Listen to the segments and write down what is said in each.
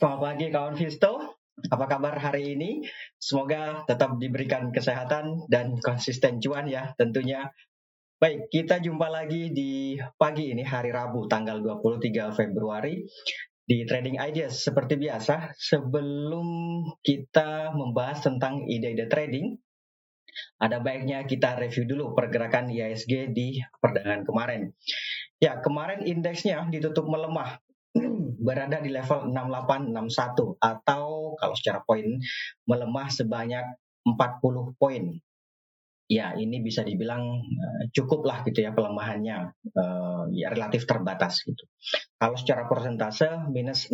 Selamat pagi kawan Visto. Apa kabar hari ini? Semoga tetap diberikan kesehatan dan konsisten cuan ya tentunya. Baik, kita jumpa lagi di pagi ini hari Rabu tanggal 23 Februari di Trading Ideas. Seperti biasa, sebelum kita membahas tentang ide-ide trading, ada baiknya kita review dulu pergerakan IHSG di perdagangan kemarin. Ya, kemarin indeksnya ditutup melemah berada di level 6861 atau kalau secara poin melemah sebanyak 40 poin. Ya, ini bisa dibilang cukup lah gitu ya pelemahannya, ya relatif terbatas gitu. Kalau secara persentase minus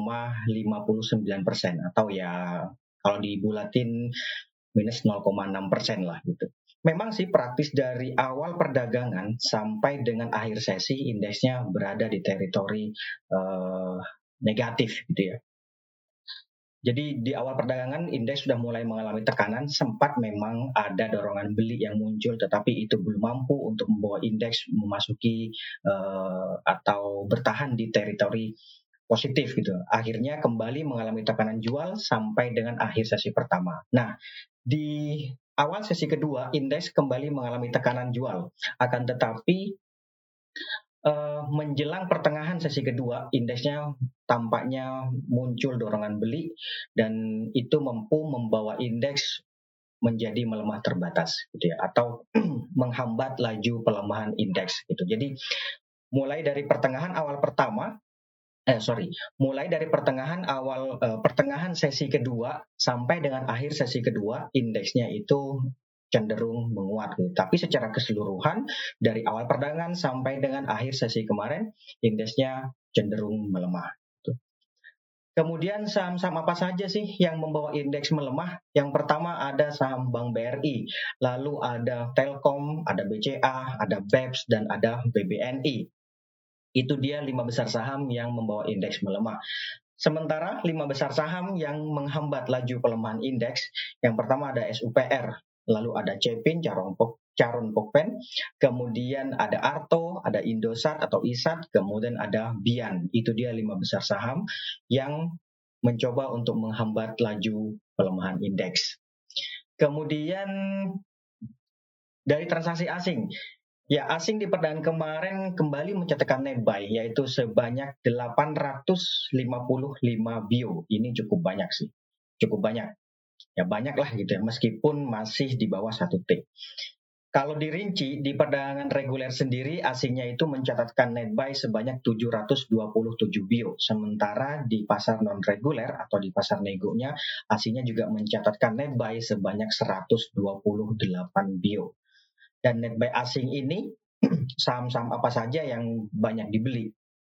0,59% atau ya kalau dibulatin minus 0,6% lah gitu. Memang sih praktis dari awal perdagangan sampai dengan akhir sesi indeksnya berada di teritori negatif gitu ya. Jadi di awal perdagangan indeks sudah mulai mengalami tekanan, sempat memang ada dorongan beli yang muncul, tetapi itu belum mampu untuk membawa indeks memasuki atau bertahan di teritori positif gitu. Akhirnya kembali mengalami tekanan jual sampai dengan akhir sesi pertama. Nah, di awal sesi kedua indeks kembali mengalami tekanan jual, akan tetapi menjelang pertengahan sesi kedua indeksnya tampaknya muncul dorongan beli dan itu mampu membawa indeks menjadi melemah terbatas gitu ya, atau menghambat laju pelemahan indeks gitu. Jadi mulai dari pertengahan sesi kedua sampai dengan akhir sesi kedua indeksnya itu cenderung menguat gitu. Tapi secara keseluruhan dari awal perdagangan sampai dengan akhir sesi kemarin indeksnya cenderung melemah gitu. Kemudian saham-saham apa saja sih yang membawa indeks melemah? Yang pertama ada saham Bank BRI, lalu ada Telkom, ada BCA, ada BEPS, dan ada BBNI. Itu dia 5 besar saham yang membawa indeks melemah. Sementara 5 besar saham yang menghambat laju pelemahan indeks, yang pertama ada SUPR, lalu ada Cepin, Charon Pokpen, kemudian ada Arto, ada Indosat atau ISAT, kemudian ada Bian. Itu dia 5 besar saham yang mencoba untuk menghambat laju pelemahan indeks. Kemudian dari transaksi asing, ya, asing di perdagangan kemarin kembali mencatatkan net buy, yaitu sebanyak 855 bio. Ini cukup banyak sih. Cukup banyak. Ya, banyak lah gitu ya, meskipun masih di bawah 1T. Kalau dirinci, di perdagangan reguler sendiri, asingnya itu mencatatkan net buy sebanyak 727 bio. Sementara di pasar non-reguler atau di pasar negonya, asingnya juga mencatatkan net buy sebanyak 128 bio. Dan net buy asing ini saham-saham apa saja yang banyak dibeli?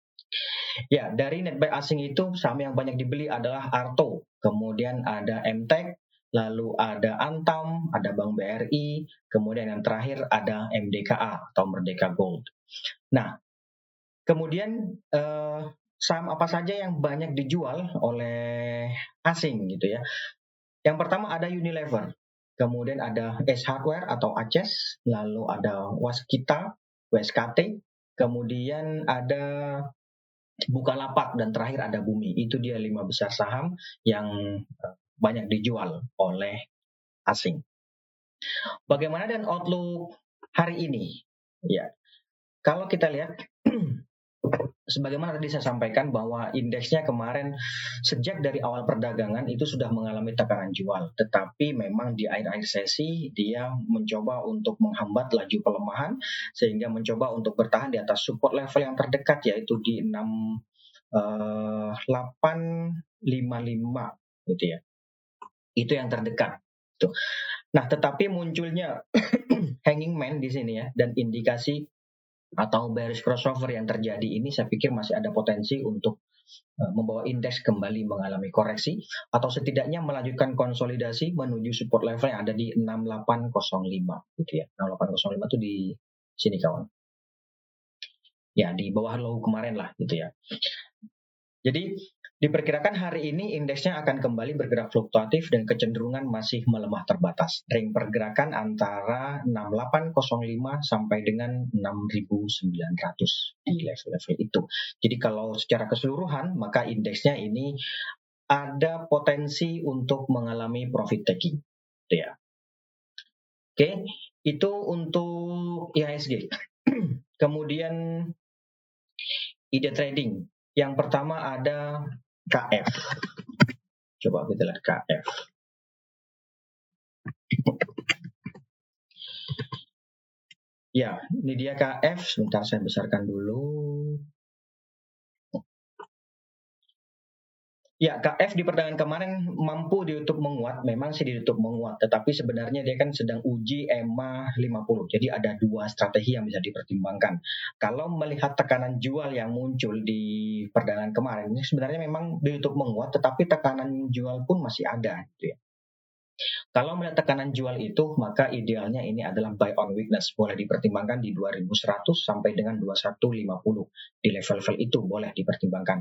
Ya, dari net buy asing itu saham yang banyak dibeli adalah Arto, kemudian ada MTEK, lalu ada Antam, ada Bank BRI, kemudian yang terakhir ada MDKA atau Merdeka Gold. Nah, kemudian saham apa saja yang banyak dijual oleh asing gitu ya? Yang pertama ada Unilever, kemudian ada S Hardware atau ACES, lalu ada Waskita, WSKT, kemudian ada Bukalapak, dan terakhir ada Bumi. Itu dia 5 besar saham yang banyak dijual oleh asing. Bagaimana dengan outlook hari ini? Ya, kalau kita lihat sebagaimana tadi saya sampaikan bahwa indeksnya kemarin sejak dari awal perdagangan itu sudah mengalami tekanan jual, tetapi memang di akhir-akhir sesi dia mencoba untuk menghambat laju pelemahan sehingga mencoba untuk bertahan di atas support level yang terdekat, yaitu di 6855 gitu ya. Itu yang terdekat. Tuh. Nah, tetapi munculnya hanging man di sini ya, dan indikasi atau bearish crossover yang terjadi ini saya pikir masih ada potensi untuk membawa indeks kembali mengalami koreksi atau setidaknya melanjutkan konsolidasi menuju support level yang ada di 6805 gitu ya. 6805 itu di sini kawan. Ya, di bawah low kemarin lah gitu ya. Jadi Diperkirakan hari ini indeksnya akan kembali bergerak fluktuatif dan kecenderungan masih melemah terbatas. Ring pergerakan antara 6805 sampai dengan 6900 di level-level itu. Jadi kalau secara keseluruhan maka indeksnya ini ada potensi untuk mengalami profit taking. Ya. Oke, itu untuk IHSG. Kemudian ide trading. Yang pertama ada KF. Coba kita lihat KF. Ya, ini dia KF. Sebentar saya besarkan dulu. Ya, KF di perdagangan kemarin mampu ditutup menguat, memang sih ditutup menguat, tetapi sebenarnya dia kan sedang uji EMA 50. Jadi ada dua strategi yang bisa dipertimbangkan. Kalau melihat tekanan jual yang muncul di perdagangan kemarin, ini sebenarnya memang ditutup menguat, tetapi tekanan jual pun masih ada, gitu ya. Kalau melihat tekanan jual itu, maka idealnya ini adalah buy on weakness. Boleh dipertimbangkan di 2100 sampai dengan 2150. Di level-level itu boleh dipertimbangkan.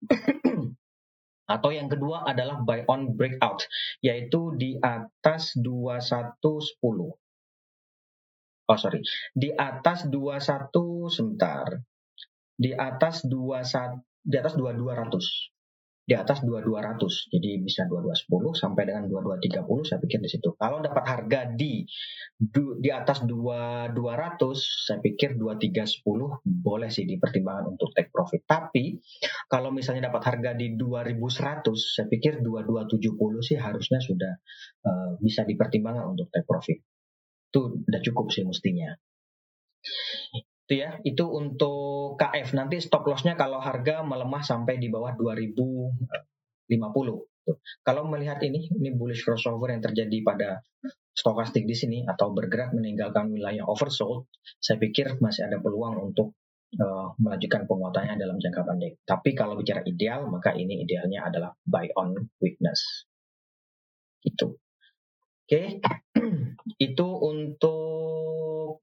Atau yang kedua adalah buy on breakout, yaitu di atas 2110. Oh sorry, di atas 21 sebentar. Di atas 21, di atas 2200. Di atas 2200. Jadi bisa 2210 sampai dengan 2230 saya pikir di situ. Kalau dapat harga di atas 2200 saya pikir 2310 boleh sih dipertimbangkan untuk take profit. Tapi kalau misalnya dapat harga di 2100 saya pikir 2270 sih harusnya sudah bisa dipertimbangkan untuk take profit. Itu udah cukup sih mestinya. Itu ya, itu untuk KF. Nanti stop loss-nya kalau harga melemah sampai di bawah 2050. Kalau melihat ini bullish crossover yang terjadi pada stokastik di sini atau bergerak meninggalkan wilayah oversold, saya pikir masih ada peluang untuk melanjutkan penguatannya dalam jangka pendek. Tapi kalau bicara ideal, maka ini idealnya adalah buy on weakness. Itu. Oke. Itu untuk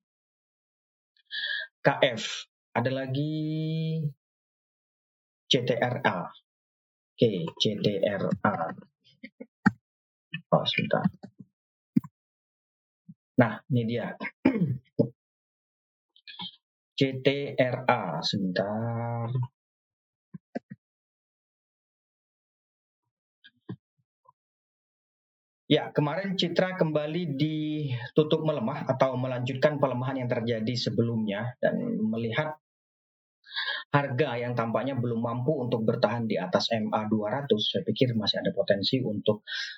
KF. Ada lagi CTRA. Oke, CTRA. Oh, sebentar. Nah, ini dia. CTRA. Sebentar. Ya, kemarin Citra kembali ditutup melemah atau melanjutkan pelemahan yang terjadi sebelumnya dan melihat harga yang tampaknya belum mampu untuk bertahan di atas MA 200, saya pikir masih ada potensi untuk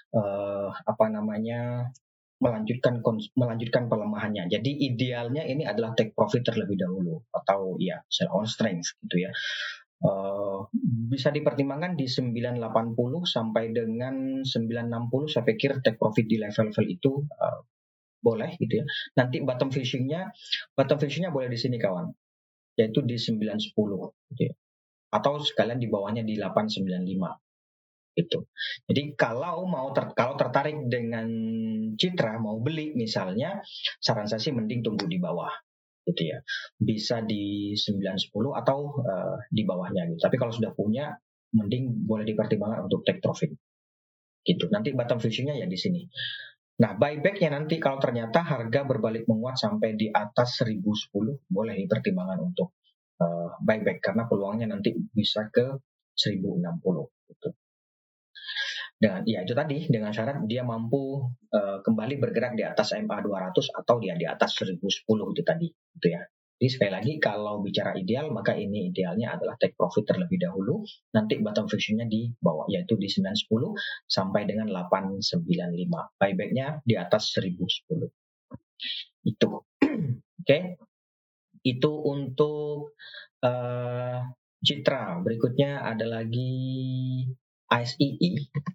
melanjutkan pelemahannya. Jadi idealnya ini adalah take profit terlebih dahulu atau ya sell on strength gitu ya. Bisa dipertimbangkan di 980 sampai dengan 960 saya pikir take profit di level-level itu boleh gitu ya. Nanti bottom fishingnya boleh di sini kawan, yaitu di 910 gitu ya. Atau sekalian di bawahnya di 895 gitu. Jadi kalau tertarik dengan Citra mau beli misalnya, saran saya sih mending tunggu di bawah gitu ya. Bisa di 910 atau di bawahnya gitu. Tapi kalau sudah punya mending boleh dipertimbangkan untuk take profit. Gitu. Nanti bottom fishingnya ya di sini. Nah, buybacknya nanti kalau ternyata harga berbalik menguat sampai di atas 1010 boleh dipertimbangkan untuk buyback karena peluangnya nanti bisa ke 1060 gitu. Dengan ya itu tadi dengan syarat dia mampu kembali bergerak di atas MA 200 atau dia di atas 1010 itu tadi gitu ya. Jadi sekali lagi kalau bicara ideal maka ini idealnya adalah take profit terlebih dahulu, nanti bottom fishingnya di bawah yaitu di 910 sampai dengan 895. Buybacknya di atas 1010. Itu. Oke. Itu untuk Citra. Berikutnya ada lagi ISII.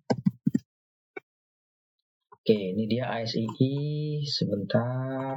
Oke, ini dia ISII. Sebentar.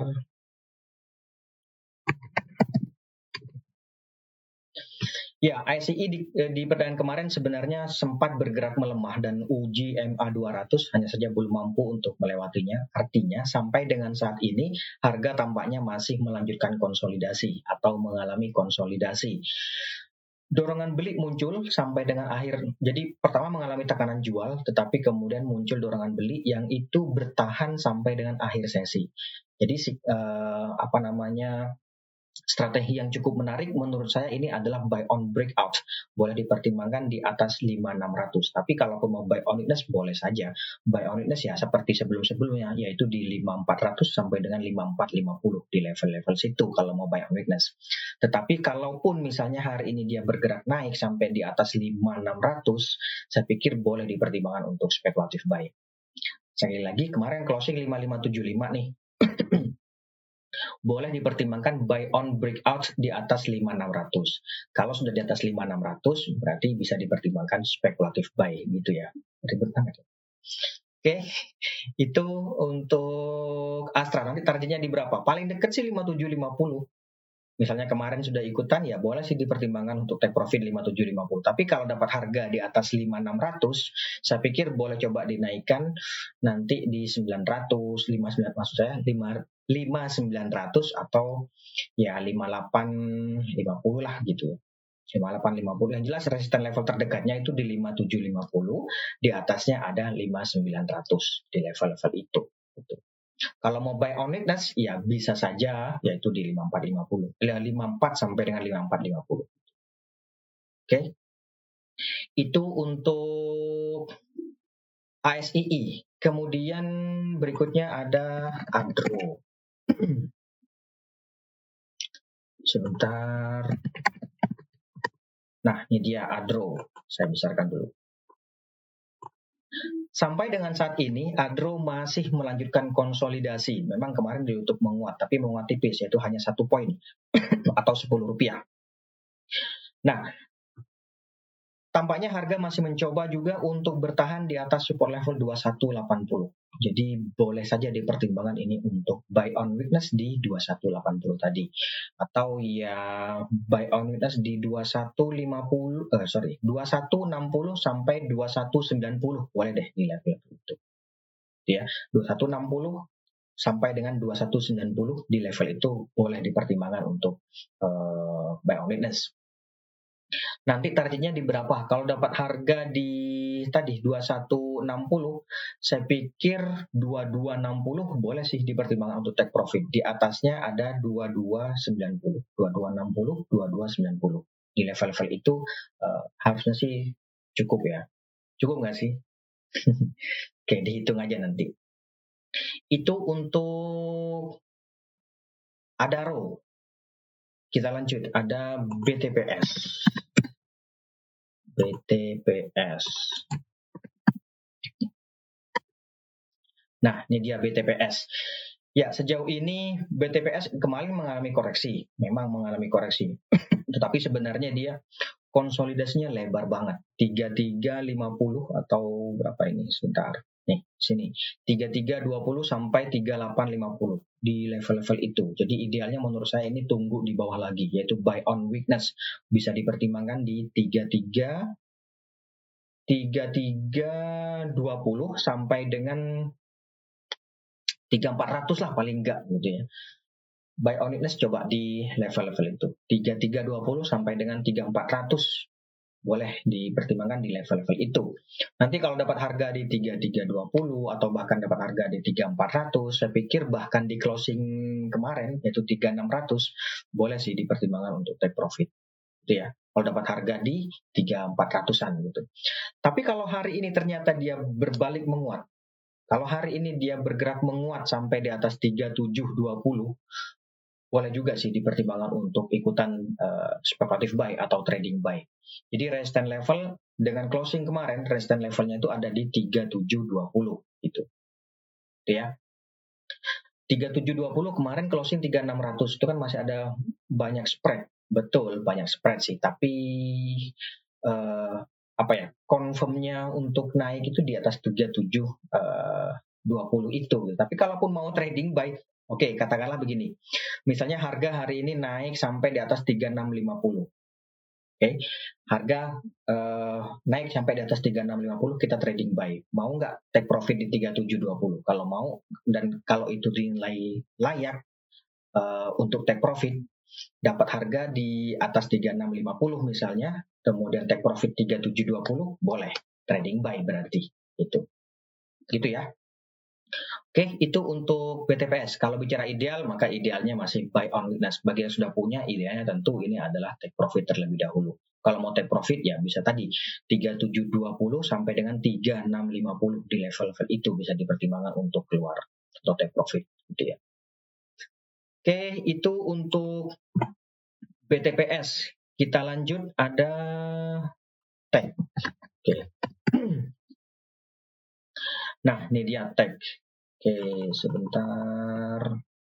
Ya, ISII di perdagangan kemarin sebenarnya sempat bergerak melemah dan uji MA 200 hanya saja belum mampu untuk melewatinya. Artinya sampai dengan saat ini harga tampaknya masih melanjutkan konsolidasi atau mengalami konsolidasi. dorongan beli muncul sampai dengan akhir. Jadi pertama mengalami tekanan jual, tetapi kemudian muncul dorongan beli yang itu bertahan sampai dengan akhir sesi. Jadi apa namanya, strategi yang cukup menarik menurut saya ini adalah buy on breakout. Boleh dipertimbangkan di atas 5600. Tapi kalau mau buy on weakness boleh saja. Buy on weakness ya seperti sebelum-sebelumnya, yaitu di 5400 sampai dengan 5450 di level-level situ kalau mau buy on weakness. Tetapi kalaupun misalnya hari ini dia bergerak naik sampai di atas 5600, saya pikir boleh dipertimbangkan untuk spekulatif buy. Sekali lagi kemarin closing 5575 nih. Boleh dipertimbangkan buy on breakout di atas 5600. Kalau sudah di atas 5600 berarti bisa dipertimbangkan spekulatif buy gitu ya. Ribet banget. Oke, itu untuk Astra. Nanti targetnya di berapa? Paling deket sih 5750. Misalnya kemarin sudah ikutan, ya boleh sih dipertimbangkan untuk take profit 5750. Tapi kalau dapat harga di atas 5600, saya pikir boleh coba dinaikkan nanti di 900, 59 maksud saya 5900 atau ya 5850 lah gitu ya. 5850. Yang jelas resisten level terdekatnya itu di 5750, di atasnya ada 5900 di level-level itu. Gitu. Kalau mau buy on weakness, ya bisa saja, yaitu di 5450. 54 sampai dengan 5450. Oke. Itu untuk ASII. Kemudian berikutnya ada Adro. Sebentar. Nah, ini dia Adro. Saya besarkan dulu. Sampai dengan saat ini, Adro masih melanjutkan konsolidasi. Memang kemarin di YouTube menguat, tapi menguat tipis, yaitu hanya 1 poin atau Rp10. Nah, tampaknya harga masih mencoba juga untuk bertahan di atas support level 2180. Jadi boleh saja dipertimbangkan ini untuk buy on weakness di 2180 tadi. Atau ya buy on weakness di 2160 sampai 2190. Boleh deh di level itu. Ya, 2160 sampai dengan 2190 di level itu boleh dipertimbangkan untuk buy on weakness. Nanti targetnya di berapa? Kalau dapat harga di tadi 2160, saya pikir 2260 boleh sih dipertimbangkan untuk take profit. Di atasnya ada 2290, 2260, 2290. Di level-level itu harusnya sih cukup ya. Cukup nggak sih? Oke, dihitung aja nanti. Itu untuk Adaro. Kita lanjut, ada BTPS. Nah, ini dia BTPS. Ya, sejauh ini BTPS kemarin mengalami koreksi. Memang mengalami koreksi. Tetapi sebenarnya dia konsolidasinya lebar banget. 3350 atau berapa ini? Sebentar. Nih, sini. 3320 sampai 3850 di level-level itu. Jadi idealnya menurut saya ini tunggu di bawah lagi, yaitu buy on weakness. Bisa dipertimbangkan di 3320 sampai dengan 3400 lah paling enggak gitu ya. Buy on weakness coba di level-level itu. 3320 sampai dengan 3400 boleh dipertimbangkan di level-level itu. Nanti kalau dapat harga di 3320 atau bahkan dapat harga di 3400, saya pikir bahkan di closing kemarin yaitu 3600 boleh sih dipertimbangkan untuk take profit. Gitu ya. Kalau dapat harga di 3400-an gitu. Tapi kalau hari ini ternyata dia berbalik menguat. Kalau hari ini dia bergerak menguat sampai di atas 3720, boleh juga sih dipertimbangkan untuk ikutan speculative buy atau trading buy. Jadi resistance level dengan closing kemarin, resistance levelnya itu ada di 3720 gitu. Ya. 3720 kemarin closing 3600 itu kan masih ada banyak spread. Betul, banyak spread sih, tapi confirmnya untuk naik itu di atas 3720 itu. Tapi kalaupun mau trading buy, oke, katakanlah begini. Misalnya harga hari ini naik sampai di atas 3650. Oke, harga naik sampai di atas 3650, kita trading buy. Mau nggak take profit di 3720? Kalau mau dan kalau itu dinilai layak untuk take profit, dapat harga di atas 3650 misalnya, kemudian take profit 3720, boleh trading buy berarti itu. Gitu ya. Oke, itu untuk BTPS. Kalau bicara ideal, maka idealnya masih buy on weakness. Bagi yang sudah punya, idealnya tentu ini adalah take profit terlebih dahulu. Kalau mau take profit ya bisa tadi 3720 sampai dengan 3650 di level-level itu bisa dipertimbangkan untuk keluar atau take profit gitu ya. Oke, itu untuk BTPS. Kita lanjut ada tech. Oke. Nah, ini dia tech. Oke, sebentar.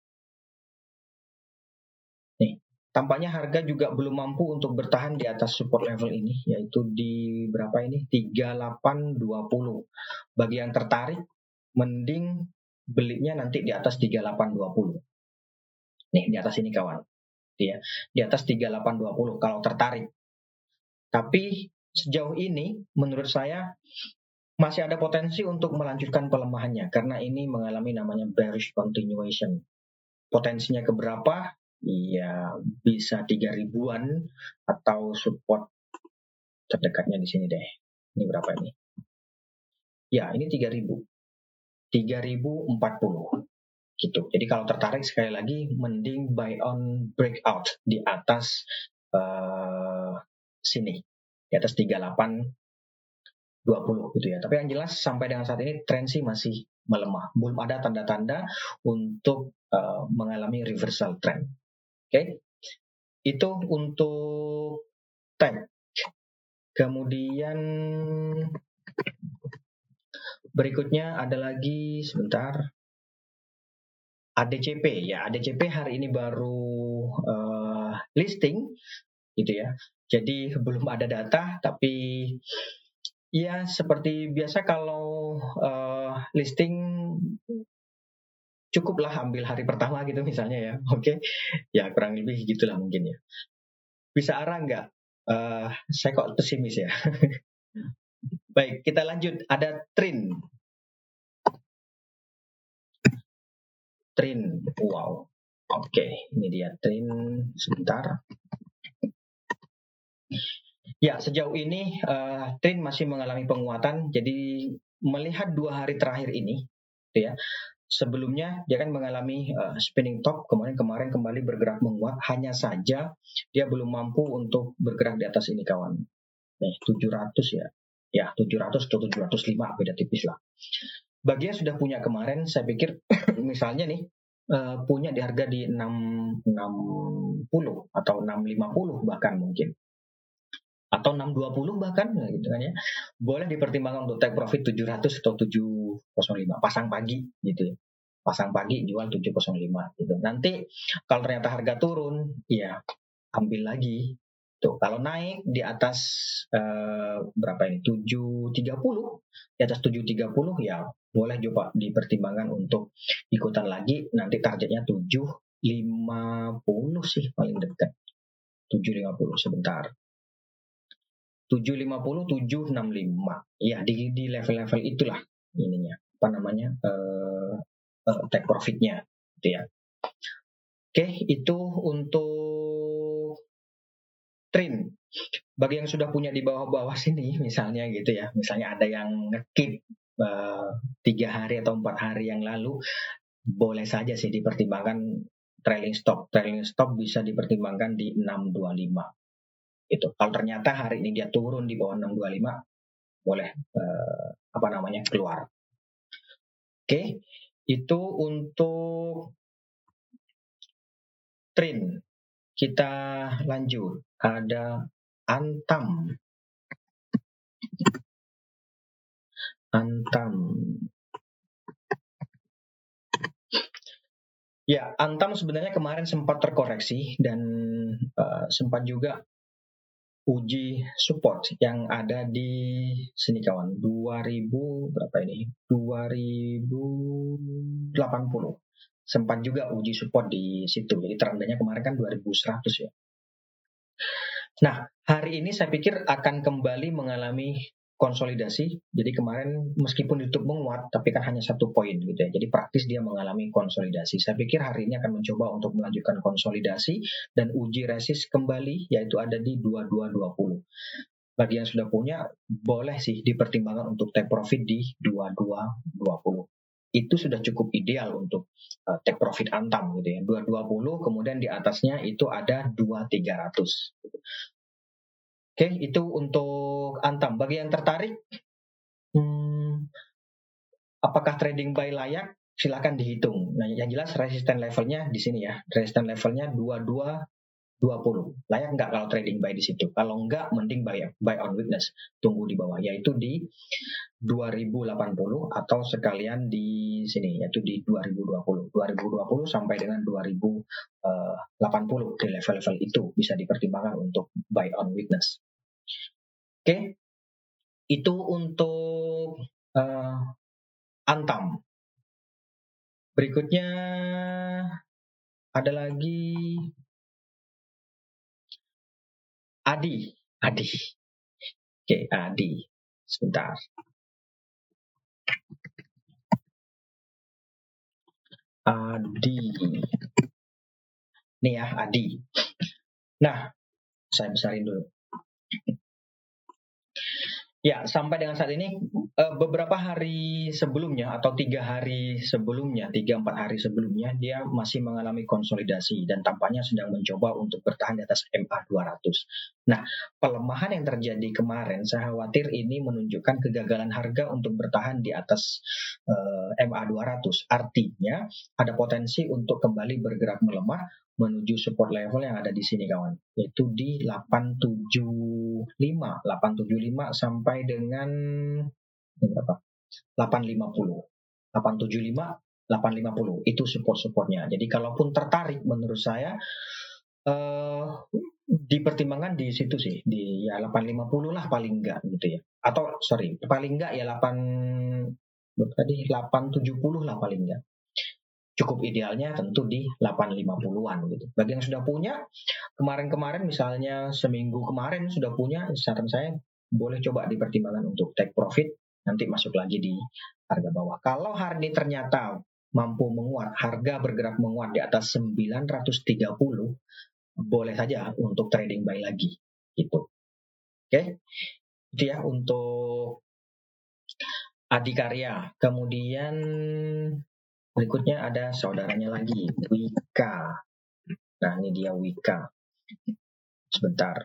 Nih, tampaknya harga juga belum mampu untuk bertahan di atas support level ini, yaitu di berapa ini? 3820. Bagi yang tertarik, mending belinya nanti di atas 3820. Nih, di atas ini kawan. Ya, di atas 3820 kalau tertarik. Tapi sejauh ini menurut saya masih ada potensi untuk melanjutkan pelemahannya karena ini mengalami namanya bearish continuation. Potensinya ke berapa? Ya bisa 3.000-an atau support terdekatnya di sini deh. Ini berapa ini? Ya, ini 3.000. 3.040 gitu. Jadi kalau tertarik sekali lagi mending buy on breakout di atas sini. Di atas 3820 gitu ya. Tapi yang jelas sampai dengan saat ini tren sih masih melemah. Belum ada tanda-tanda untuk mengalami reversal trend. Oke. Itu untuk tech. Kemudian berikutnya ada lagi sebentar ADCP ya. ADCP hari ini baru listing gitu ya. Jadi belum ada data tapi ya seperti biasa kalau listing cukuplah ambil hari pertama gitu misalnya ya. Oke. Ya kurang lebih gitulah mungkin ya. Bisa arah nggak? Saya kok pesimis ya. Baik, kita lanjut. Ada Trin. Wow. Oke, ini dia Trin. Sebentar. Ya, sejauh ini Trin masih mengalami penguatan. Jadi melihat 2 hari terakhir ini, gitu ya. Sebelumnya dia kan mengalami spinning top, kemarin kembali bergerak menguat. Hanya saja dia belum mampu untuk bergerak di atas ini kawan. Nih 700 ya. Ya 700 atau 705 beda tipis lah. Bagi yang sudah punya kemarin, saya pikir misalnya nih punya di harga di 660 atau 650 bahkan mungkin. Atau 620 bahkan gitu kan ya. Boleh dipertimbangkan untuk take profit 700 atau 705 pasang pagi gitu ya. Pasang pagi jual 705 gitu. Nanti kalau ternyata harga turun, ya ambil lagi. Tuh, kalau naik di atas berapa ini? 730, di atas 730 ya boleh coba dipertimbangkan untuk ikutan lagi. Nanti targetnya 750 sih paling dekat. 750 sebentar. 750, 765. Ya di level-level itulah ininya. Apa namanya? Take profitnya gitu ya. Oke, itu untuk Trin. Bagi yang sudah punya di bawah-bawah sini misalnya gitu ya, misalnya ada yang nge-keep 3 hari atau 4 hari yang lalu, boleh saja sih dipertimbangkan trailing stop. Trailing stop bisa dipertimbangkan di 625 gitu. Kalau ternyata hari ini dia turun di bawah 625, boleh keluar. Oke, itu untuk Trin. Kita lanjut. Ada Antam. Ya, Antam sebenarnya kemarin sempat terkoreksi dan sempat juga uji support yang ada di sini kawan. 2000 berapa ini? 2080. Sempat juga uji support di situ. Jadi terendahnya kemarin kan 2100 ya. Nah, hari ini saya pikir akan kembali mengalami konsolidasi. Jadi kemarin meskipun ditutup menguat, tapi kan hanya 1 poin gitu ya. Jadi praktis dia mengalami konsolidasi. Saya pikir hari ini akan mencoba untuk melanjutkan konsolidasi dan uji resist kembali, yaitu ada di 2220. Bagi yang sudah punya, boleh sih dipertimbangkan untuk take profit di 2220. Itu sudah cukup ideal untuk take profit Antam gitu ya. 2220, kemudian di atasnya itu ada 2300. Oke, itu untuk Antam. Bagi yang tertarik, apakah trading buy layak? Silakan dihitung. Nah, yang jelas resisten levelnya di sini ya. Resisten levelnya 2220. Layak nggak kalau trading buy di situ? Kalau nggak, mending buy on weakness. Tunggu di bawah, yaitu di 2080 atau sekalian di sini, yaitu di 2020. 2020 sampai dengan 2080 di level-level itu bisa dipertimbangkan untuk buy on weakness. Oke, itu untuk Antam. Berikutnya ada lagi Adi. Oke, Adi. Sebentar. Adi. Nih ya, Adi. Nah, saya besarin dulu. Ya, sampai dengan saat ini beberapa hari sebelumnya atau 3 hari sebelumnya, 3-4 hari sebelumnya dia masih mengalami konsolidasi dan tampaknya sedang mencoba untuk bertahan di atas MA 200. Nah, pelemahan yang terjadi kemarin saya khawatir ini menunjukkan kegagalan harga untuk bertahan di atas MA 200. Artinya ada potensi untuk kembali bergerak melemah menuju support level yang ada di sini kawan, yaitu di 875 sampai dengan berapa? 850. 875 850 itu support-supportnya. Jadi kalaupun tertarik menurut saya dipertimbangkan di situ sih, di ya 850 lah paling enggak gitu ya. Atau paling enggak ya 870 lah paling enggak. Cukup idealnya tentu di 850-an gitu. Bagi yang sudah punya, kemarin-kemarin misalnya seminggu kemarin sudah punya, saran saya boleh coba dipertimbangkan untuk take profit, nanti masuk lagi di harga bawah. Kalau hari ini ternyata mampu menguat, harga bergerak menguat di atas 930, boleh saja untuk trading buy lagi gitu. Oke. Itu ya untuk Adikarya. Kemudian berikutnya ada saudaranya lagi, Wika. Nah, ini dia Wika. Sebentar.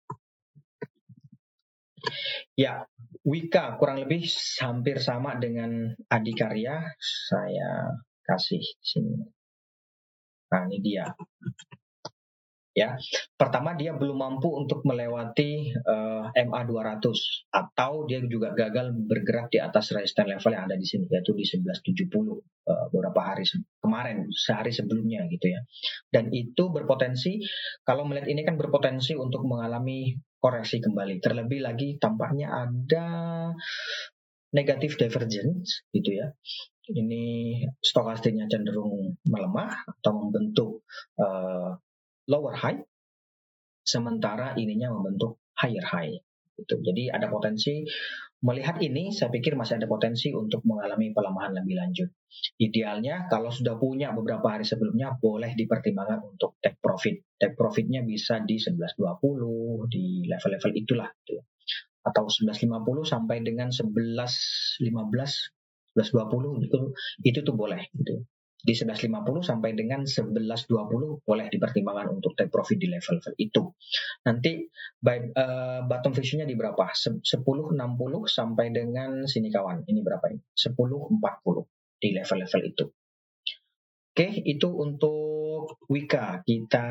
Ya, Wika kurang lebih hampir sama dengan Adikarya. Saya kasih sini. Nah, ini dia. Ya, pertama dia belum mampu untuk melewati MA 200 atau dia juga gagal bergerak di atas resistance level yang ada di sini, yaitu di 1170 beberapa hari kemarin, sehari sebelumnya gitu ya. Dan itu berpotensi, kalau melihat ini kan berpotensi untuk mengalami koreksi kembali. Terlebih lagi tampaknya ada negative divergence gitu ya. Ini stokastiknya cenderung melemah atau membentuk lower high, sementara ininya membentuk higher high. Gitu. Jadi ada potensi, melihat ini saya pikir masih ada potensi untuk mengalami pelemahan lebih lanjut. Idealnya kalau sudah punya beberapa hari sebelumnya, boleh dipertimbangkan untuk take profit. Take profitnya bisa di 11.20, di level-level itulah. Gitu. Atau 11.50 sampai dengan 11.15, 11.20 itu tuh boleh gitu. Di 11.50 sampai dengan 11.20 boleh dipertimbangkan untuk take profit di level-level itu. Nanti bottom vision-nya di berapa? 10.60 sampai dengan sini kawan. Ini berapa ini? 10.40 di level-level itu. Oke, itu untuk Wika. Kita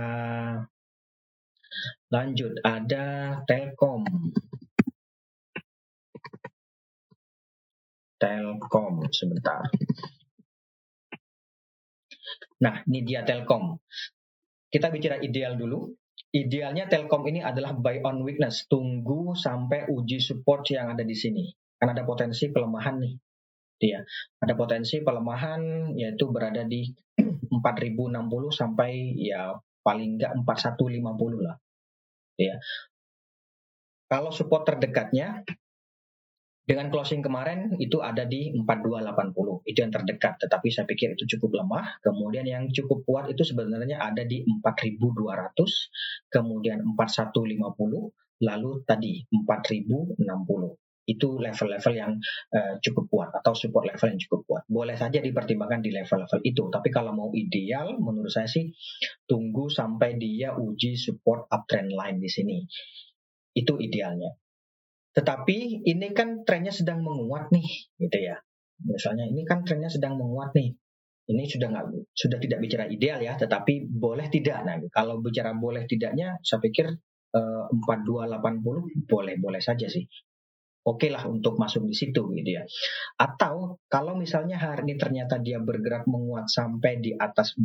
lanjut. Ada Telkom. Sebentar. Nah, ini dia Telkom. Kita bicara ideal dulu. Idealnya Telkom ini adalah buy on weakness. Tunggu sampai uji support yang ada di sini. Kan ada potensi pelemahan nih. Dia ada potensi pelemahan yaitu berada di 4060 sampai ya paling enggak 4150 lah. Ya. Kalau support terdekatnya Dengan closing kemarin itu ada di 4280, itu yang terdekat, tetapi saya pikir itu cukup lemah. Kemudian yang cukup kuat itu sebenarnya ada di 4200, kemudian 4150, lalu tadi 4060. Itu level-level yang cukup kuat atau support level yang cukup kuat. Boleh saja dipertimbangkan di level-level itu, tapi kalau mau ideal menurut saya sih tunggu sampai dia uji support uptrend line di sini. Itu idealnya. Tetapi ini kan trennya sedang menguat nih, gitu ya. Misalnya ini kan trennya sedang menguat nih. Ini sudah tidak bicara ideal ya, tetapi boleh tidak. Nah, kalau bicara boleh tidaknya, saya pikir 4280 boleh-boleh saja sih. Oke lah untuk masuk di situ gitu ya. Atau kalau misalnya hari ini ternyata dia bergerak menguat sampai di atas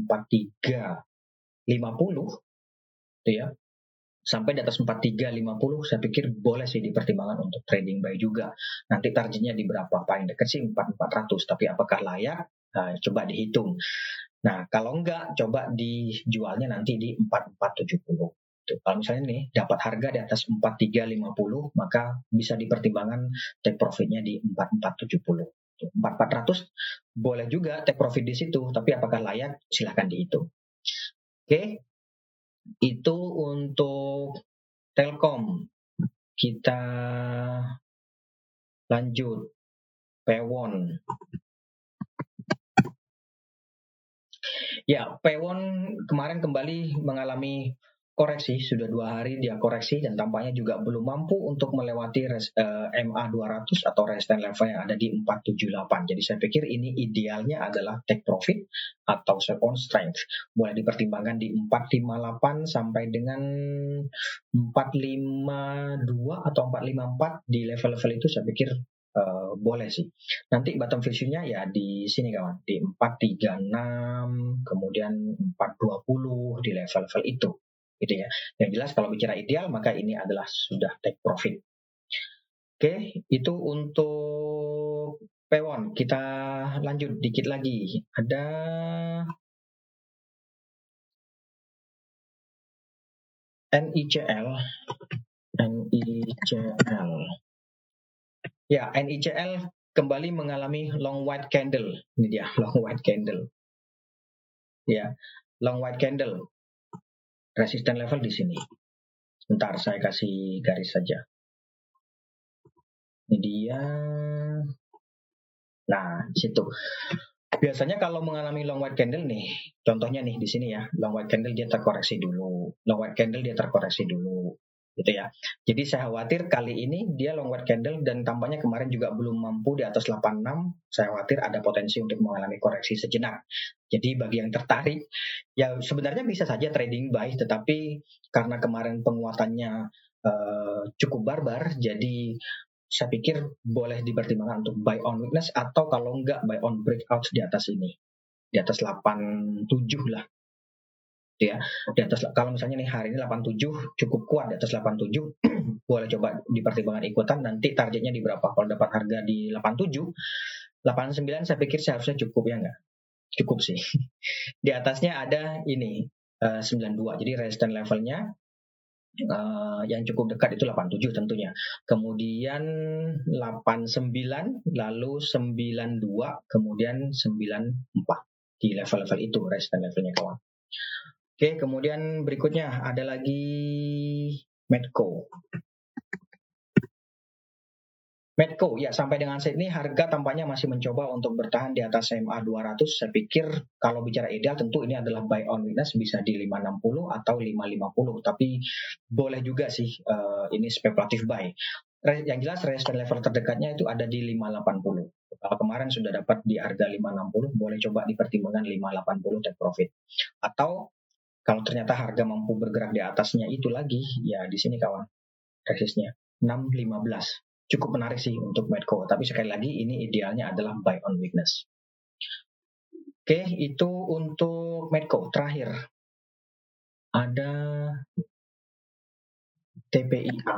4350, gitu ya, sampai di atas 4350, saya pikir boleh sih dipertimbangkan untuk trading buy juga. Nanti targetnya di berapa? Paling dekat sih 4400, tapi apakah layak? Nah, coba dihitung. Nah, kalau enggak, coba dijualnya nanti di 4470. Kalau misalnya nih dapat harga di atas 4350, maka bisa dipertimbangkan take profitnya di 4470. 4400 boleh juga take profit di situ, tapi apakah layak? Silahkan dihitung. Oke, itu untuk Telkom. Kita lanjut. Pewon. Ya, Pewon kemarin kembali mengalami koreksi. Sudah 2 hari dia koreksi dan tampaknya juga belum mampu untuk melewati MA 200 atau resistance level yang ada di 478. Jadi saya pikir ini idealnya adalah take profit atau sell on strength. Boleh dipertimbangkan di 458 sampai dengan 452 atau 454. Di level-level itu saya pikir boleh sih. Nanti bottom vision-nya ya di sini kawan, di 436, kemudian 420 di level-level itu. Gitu ya. Yang jelas kalau bicara ideal maka ini adalah sudah take profit. Oke, itu untuk Pewon. Kita lanjut dikit lagi. Ada NICL. NICL. Ya, NICL kembali mengalami long white candle. Ini dia, long white candle. Ya, long white candle. Resistance level di sini. Bentar, saya kasih garis saja. Ini dia. Nah, situ. Biasanya kalau mengalami long white candle nih, contohnya nih di sini ya, long white candle dia terkoreksi dulu. Long white candle dia terkoreksi dulu. Gitu ya. Jadi saya khawatir kali ini dia long white candle dan tampaknya kemarin juga belum mampu di atas 86. Saya khawatir ada potensi untuk mengalami koreksi sejenak. Jadi bagi yang tertarik, ya sebenarnya bisa saja trading buy, tetapi karena kemarin penguatannya cukup barbar, jadi saya pikir boleh dipertimbangkan untuk buy on weakness atau kalau enggak buy on breakout di atas ini, di atas 87 lah. Ya, di atas kalau misalnya nih hari ini 87 cukup kuat di atas 87 boleh coba dipertimbangkan ikutan. Nanti targetnya di berapa? Kalau dapat harga di 87, 89 saya pikir seharusnya cukup ya enggak? Cukup sih. Di atasnya ada ini 92. Jadi resistance levelnya yang cukup dekat itu 87 tentunya. Kemudian 89, lalu 92, kemudian 94. Di level-level itu resistance levelnya kawan. Oke, kemudian berikutnya ada lagi Medco. Medco, ya sampai dengan saat ini harga tampaknya masih mencoba untuk bertahan di atas MA 200. Saya pikir kalau bicara ideal tentu ini adalah buy on weakness bisa di 560 atau 550. Tapi boleh juga sih ini spekulatif buy. Yang jelas resistance level terdekatnya itu ada di 580. Kalau kemarin sudah dapat di harga 560, boleh coba dipertimbangkan 580 take profit. Atau kalau ternyata harga mampu bergerak di atasnya itu lagi, ya di sini kawan, resistnya 615. Cukup menarik sih untuk Medco, tapi sekali lagi ini idealnya adalah buy on weakness. Oke, itu untuk Medco. Terakhir ada TPIA.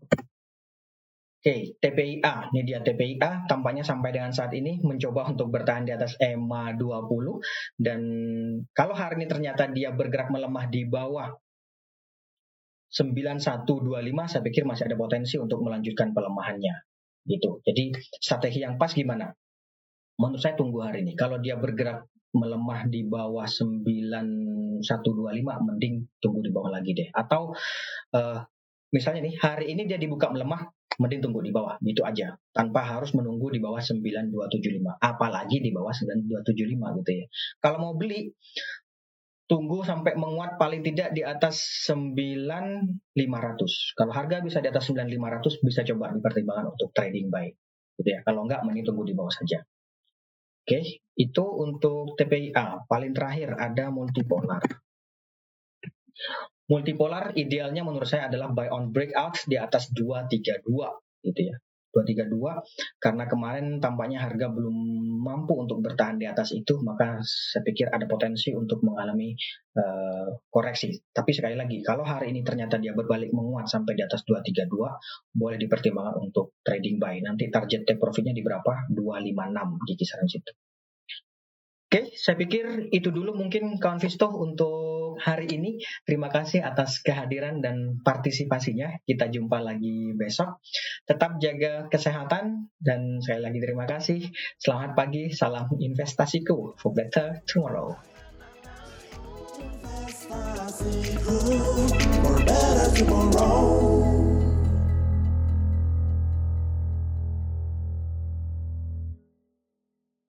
Oke, TPIA. Ini dia TPIA. Tampaknya sampai dengan saat ini mencoba untuk bertahan di atas EMA 20. Dan kalau hari ini ternyata dia bergerak melemah di bawah 9125, saya pikir masih ada potensi untuk melanjutkan pelemahannya. gitu. Jadi strategi yang pas gimana? Menurut saya tunggu hari ini. Kalau dia bergerak melemah di bawah 9125, mending tunggu di bawah lagi deh. Atau misalnya nih hari ini dia dibuka melemah, mending tunggu di bawah, gitu aja. Tanpa harus menunggu di bawah 9275, apalagi di bawah 9275 gitu ya. Kalau mau beli, tunggu sampai menguat paling tidak di atas 9500. Kalau harga bisa di atas 9500, bisa coba dipertimbangkan untuk trading buy, gitu ya. Kalau enggak, mending tunggu di bawah saja. Oke, itu untuk TPIA. Paling terakhir ada multipolar. Multipolar idealnya menurut saya adalah buy on breakouts di atas 232 gitu ya. 232 karena kemarin tampaknya harga belum mampu untuk bertahan di atas itu, maka saya pikir ada potensi untuk mengalami koreksi. Tapi sekali lagi, kalau hari ini ternyata dia berbalik menguat sampai di atas 232, boleh dipertimbangkan untuk trading buy. Nanti target take profitnya di berapa? 256 di kisaran situ. Oke, saya pikir itu dulu mungkin kawan Visto untuk hari ini. Terima kasih atas kehadiran dan partisipasinya. Kita jumpa lagi besok. Tetap jaga kesehatan dan sekali lagi terima kasih. Selamat pagi, salam investasiku for better tomorrow. For better tomorrow.